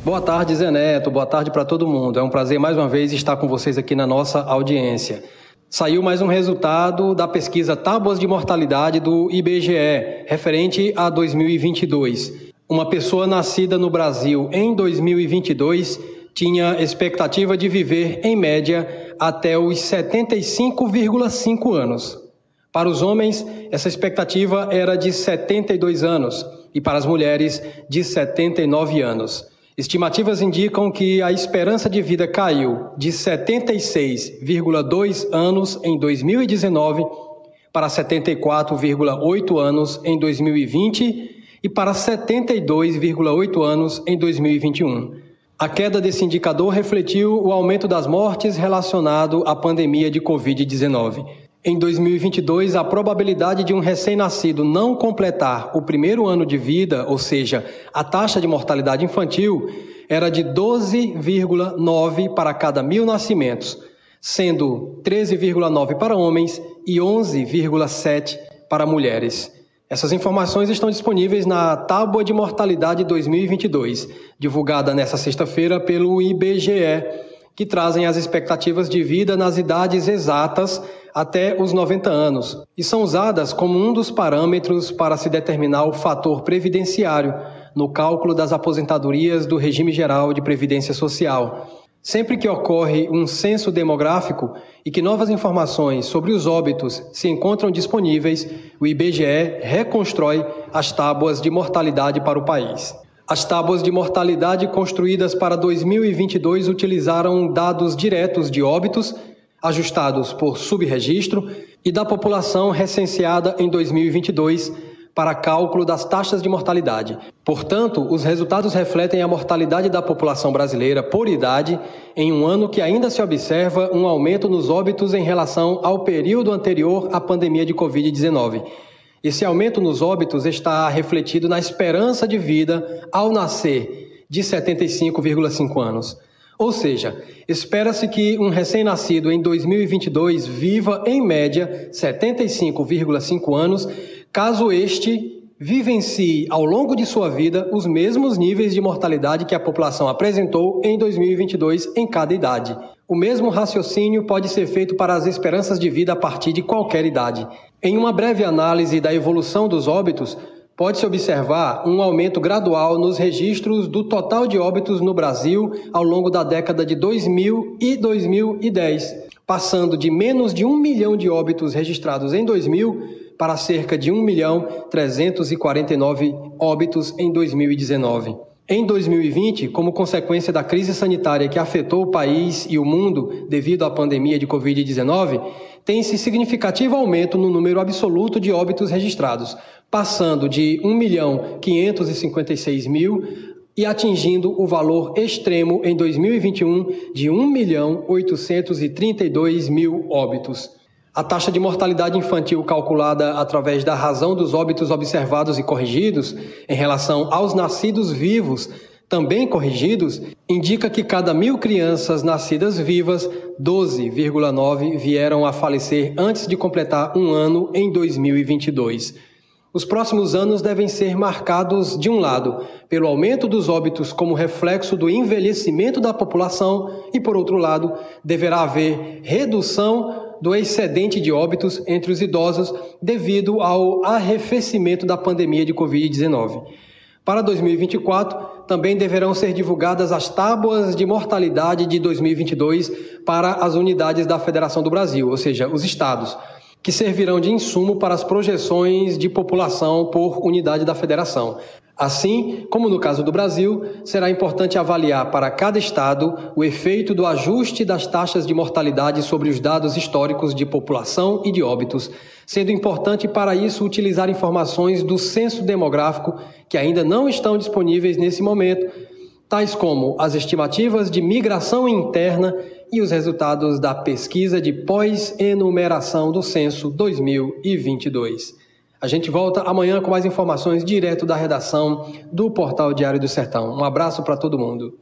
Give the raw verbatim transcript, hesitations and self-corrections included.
Boa tarde, Zé Neto. Boa tarde para todo mundo. É um prazer mais uma vez estar com vocês aqui na nossa audiência. Saiu mais um resultado da pesquisa Tábuas de Mortalidade do I B G E, referente a dois mil e vinte e dois. Uma pessoa nascida no Brasil em dois mil e vinte e dois tinha expectativa de viver, em média, até os setenta e cinco vírgula cinco anos. Para os homens, essa expectativa era de setenta e dois anos e para as mulheres, de setenta e nove anos. Estimativas indicam que a esperança de vida caiu de setenta e seis vírgula dois anos em dois mil e dezenove para setenta e quatro vírgula oito anos em dois mil e vinte e para setenta e dois vírgula oito anos em dois mil e vinte e um. A queda desse indicador refletiu o aumento das mortes relacionado à pandemia de covid dezenove. Em dois mil e vinte e dois, a probabilidade de um recém-nascido não completar o primeiro ano de vida, ou seja, a taxa de mortalidade infantil, era de doze vírgula nove para cada mil nascimentos, sendo treze vírgula nove para homens e onze vírgula sete para mulheres. Essas informações estão disponíveis na Tábua de Mortalidade dois mil e vinte e dois, divulgada nesta sexta-feira pelo I B G E, que trazem as expectativas de vida nas idades exatas até os noventa anos e são usadas como um dos parâmetros para se determinar o fator previdenciário no cálculo das aposentadorias do regime geral de previdência social. Sempre que ocorre um censo demográfico e que novas informações sobre os óbitos se encontram disponíveis, o I B G E reconstrói as tábuas de mortalidade para o país. As tábuas de mortalidade construídas para dois mil e vinte e dois utilizaram dados diretos de óbitos, ajustados por subregistro, e da população recenseada em dois mil e vinte e dois para cálculo das taxas de mortalidade. Portanto, os resultados refletem a mortalidade da população brasileira por idade em um ano que ainda se observa um aumento nos óbitos em relação ao período anterior à pandemia de covid dezenove. Esse aumento nos óbitos está refletido na esperança de vida ao nascer, de setenta e cinco vírgula cinco anos. Ou seja, espera-se que um recém-nascido em dois mil e vinte e dois viva, em média, setenta e cinco vírgula cinco anos, caso este vivencie ao longo de sua vida os mesmos níveis de mortalidade que a população apresentou em dois mil e vinte e dois em cada idade. O mesmo raciocínio pode ser feito para as esperanças de vida a partir de qualquer idade. Em uma breve análise da evolução dos óbitos, pode-se observar um aumento gradual nos registros do total de óbitos no Brasil ao longo da década de dois mil e dois mil e dez, passando de menos de um milhão de óbitos registrados em dois mil para cerca de um milhão trezentos e quarenta e nove óbitos em dois mil e dezenove. Em dois mil e vinte, como consequência da crise sanitária que afetou o país e o mundo devido à pandemia de covid dezenove, tem-se significativo aumento no número absoluto de óbitos registrados, passando de um milhão quinhentos e cinquenta e seis mil e atingindo o valor extremo em dois mil e vinte e um de um milhão oitocentos e trinta e dois mil óbitos. A taxa de mortalidade infantil calculada através da razão dos óbitos observados e corrigidos em relação aos nascidos vivos, também corrigidos, indica que cada mil crianças nascidas vivas, doze vírgula nove vieram a falecer antes de completar um ano em dois mil e vinte e dois. Os próximos anos devem ser marcados, de um lado, pelo aumento dos óbitos como reflexo do envelhecimento da população e, por outro lado, deverá haver redução do excedente de óbitos entre os idosos devido ao arrefecimento da pandemia de covid dezenove. Para dois mil e vinte e quatro, também deverão ser divulgadas as tábuas de mortalidade de dois mil e vinte e dois para as unidades da Federação do Brasil, ou seja, os estados, que servirão de insumo para as projeções de população por unidade da Federação. Assim, como no caso do Brasil, será importante avaliar para cada estado o efeito do ajuste das taxas de mortalidade sobre os dados históricos de população e de óbitos, sendo importante para isso utilizar informações do censo demográfico que ainda não estão disponíveis nesse momento, tais como as estimativas de migração interna e os resultados da pesquisa de pós-enumeração do censo dois mil e vinte e dois. A gente volta amanhã com mais informações direto da redação do Portal Diário do Sertão. Um abraço para todo mundo.